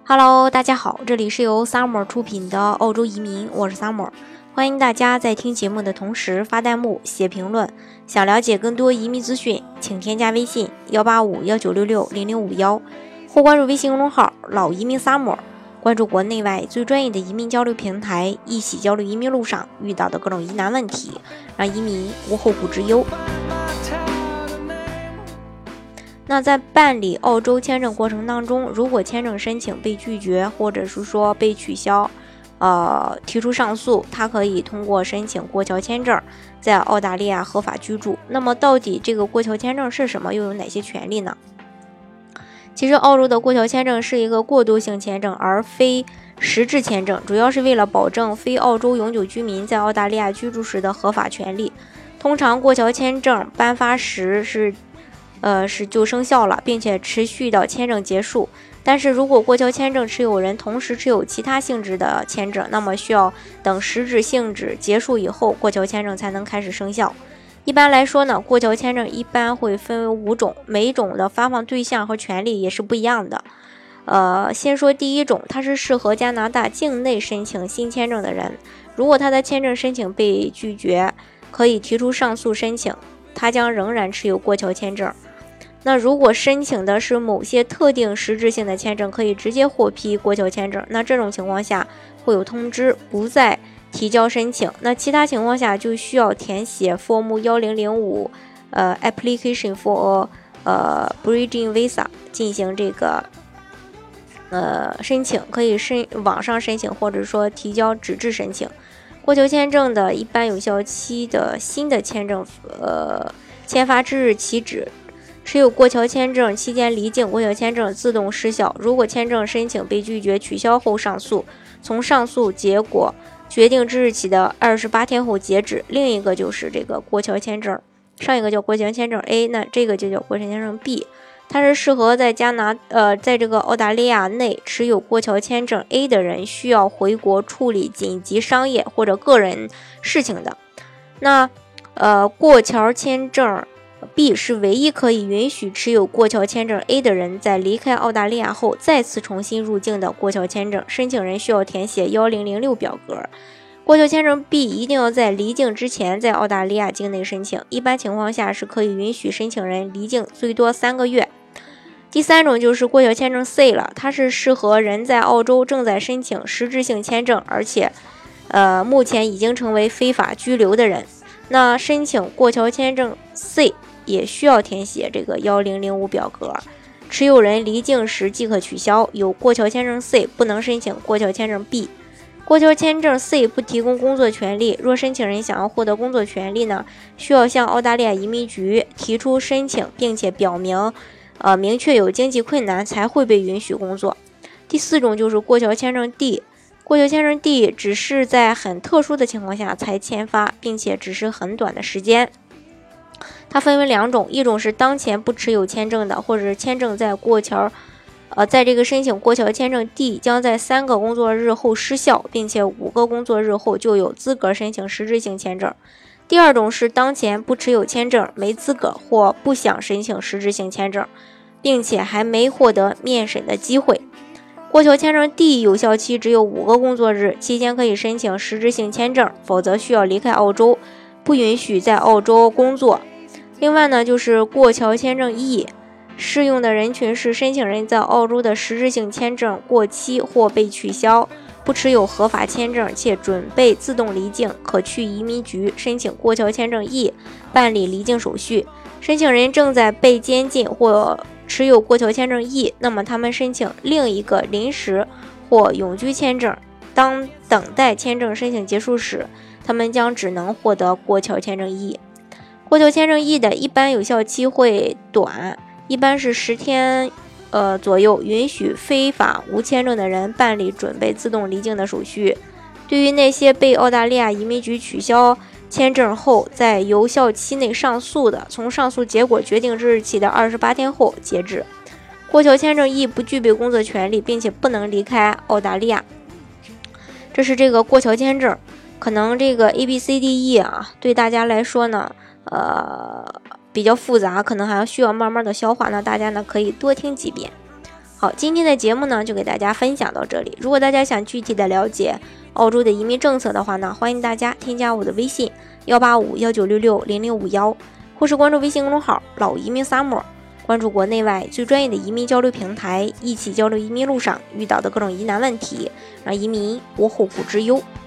Hello， 大家好，这里是由 Summer 出品的澳洲移民，我是 Summer， 欢迎大家在听节目的同时发弹幕、写评论。想了解更多移民资讯，请添加微信185-1966-0051，或关注微信公众号老移民 Summer， 关注国内外最专业的移民交流平台，一起交流移民路上遇到的各种疑难问题，让移民无后顾之忧。那在办理澳洲签证过程当中，如果签证申请被拒绝，或者是说被取消，提出上诉，他可以通过申请过桥签证在澳大利亚合法居住。那么到底这个过桥签证是什么，又有哪些权利呢？其实澳洲的过桥签证是一个过渡性签证，而非实质签证，主要是为了保证非澳洲永久居民在澳大利亚居住时的合法权利。通常过桥签证颁发时就生效了，并且持续到签证结束。但是如果过桥签证持有人同时持有其他性质的签证，那么需要等实质性质结束以后，过桥签证才能开始生效。一般来说呢，过桥签证一般会分为5种，每一种的发放对象和权利也是不一样的。先说第一种，它是适合加拿大境内申请新签证的人，如果他的签证申请被拒绝，可以提出上诉申请，他将仍然持有过桥签证。那如果申请的是某些特定实质性的签证，可以直接获批过桥签证，那这种情况下会有通知，不再提交申请。那其他情况下就需要填写 Form 1005 Application for Bridging Visa 进行这个申请，可以网上申请，或者说提交纸质申请。过桥签证的一般有效期的新的签证签发之日起止，持有过桥签证期间离境，过桥签证自动失效。如果签证申请被拒绝取消后上诉，从上诉结果决定之日起的28天后截止。另一个就是这个过桥签证，上一个叫过桥签证 A， 那这个就叫过桥签证 B， 它是适合在在这个澳大利亚内持有过桥签证 A 的人需要回国处理紧急商业或者个人事情的。那过桥签证B 是唯一可以允许持有过桥签证 A 的人在离开澳大利亚后再次重新入境的过桥签证，申请人需要填写1006表格。过桥签证 B 一定要在离境之前在澳大利亚境内申请，一般情况下是可以允许申请人离境最多3个月。第三种就是过桥签证 C 了，它是适合人在澳洲正在申请实质性签证，而且目前已经成为非法居留的人。那申请过桥签证 C 也需要填写这个1005表格，持有人离境时即可取消。有过桥签证 C 不能申请过桥签证 B。 过桥签证 C 不提供工作权利，若申请人想要获得工作权利呢，需要向澳大利亚移民局提出申请，并且表明明确有经济困难才会被允许工作。第四种就是过桥签证 D， 过桥签证 D 只是在很特殊的情况下才签发，并且只是很短的时间。它分为2种，一种是当前不持有签证的，或者是签证在过桥在这个申请过桥签证 D 将在3个工作日后失效，并且5个工作日后就有资格申请实质性签证。第二种是当前不持有签证，没资格或不想申请实质性签证，并且还没获得面审的机会。过桥签证 D 有效期只有5个工作日，期间可以申请实质性签证，否则需要离开澳洲，不允许在澳洲工作。另外呢，就是过桥签证 E， 适用的人群是申请人在澳洲的实质性签证过期或被取消，不持有合法签证且准备自动离境，可去移民局申请过桥签证 E 办理离境手续。申请人正在被监禁或持有过桥签证 E， 那么他们申请另一个临时或永居签证，当等待签证申请结束时，他们将只能获得过桥签证 E。 过桥签证 E 的一般有效期会短，一般是10天左右，允许非法无签证的人办理准备自动离境的手续。对于那些被澳大利亚移民局取消签证后在有效期内上诉的，从上诉结果决定之日起的28天后截止。过桥签证 E 不具备工作权利，并且不能离开澳大利亚。这是这个过桥签证。可能这个 ABCDE 啊，对大家来说呢比较复杂，可能还需要慢慢的消化，那大家呢可以多听几遍。 好，今天的节目呢就给大家分享到这里。如果大家想具体的了解澳洲的移民政策的话呢，欢迎大家添加我的微信18519660051，或是关注微信公众号老移民 Summer， 关注国内外最专业的移民交流平台，一起交流移民路上遇到的各种疑难问题，让移民无后顾之忧。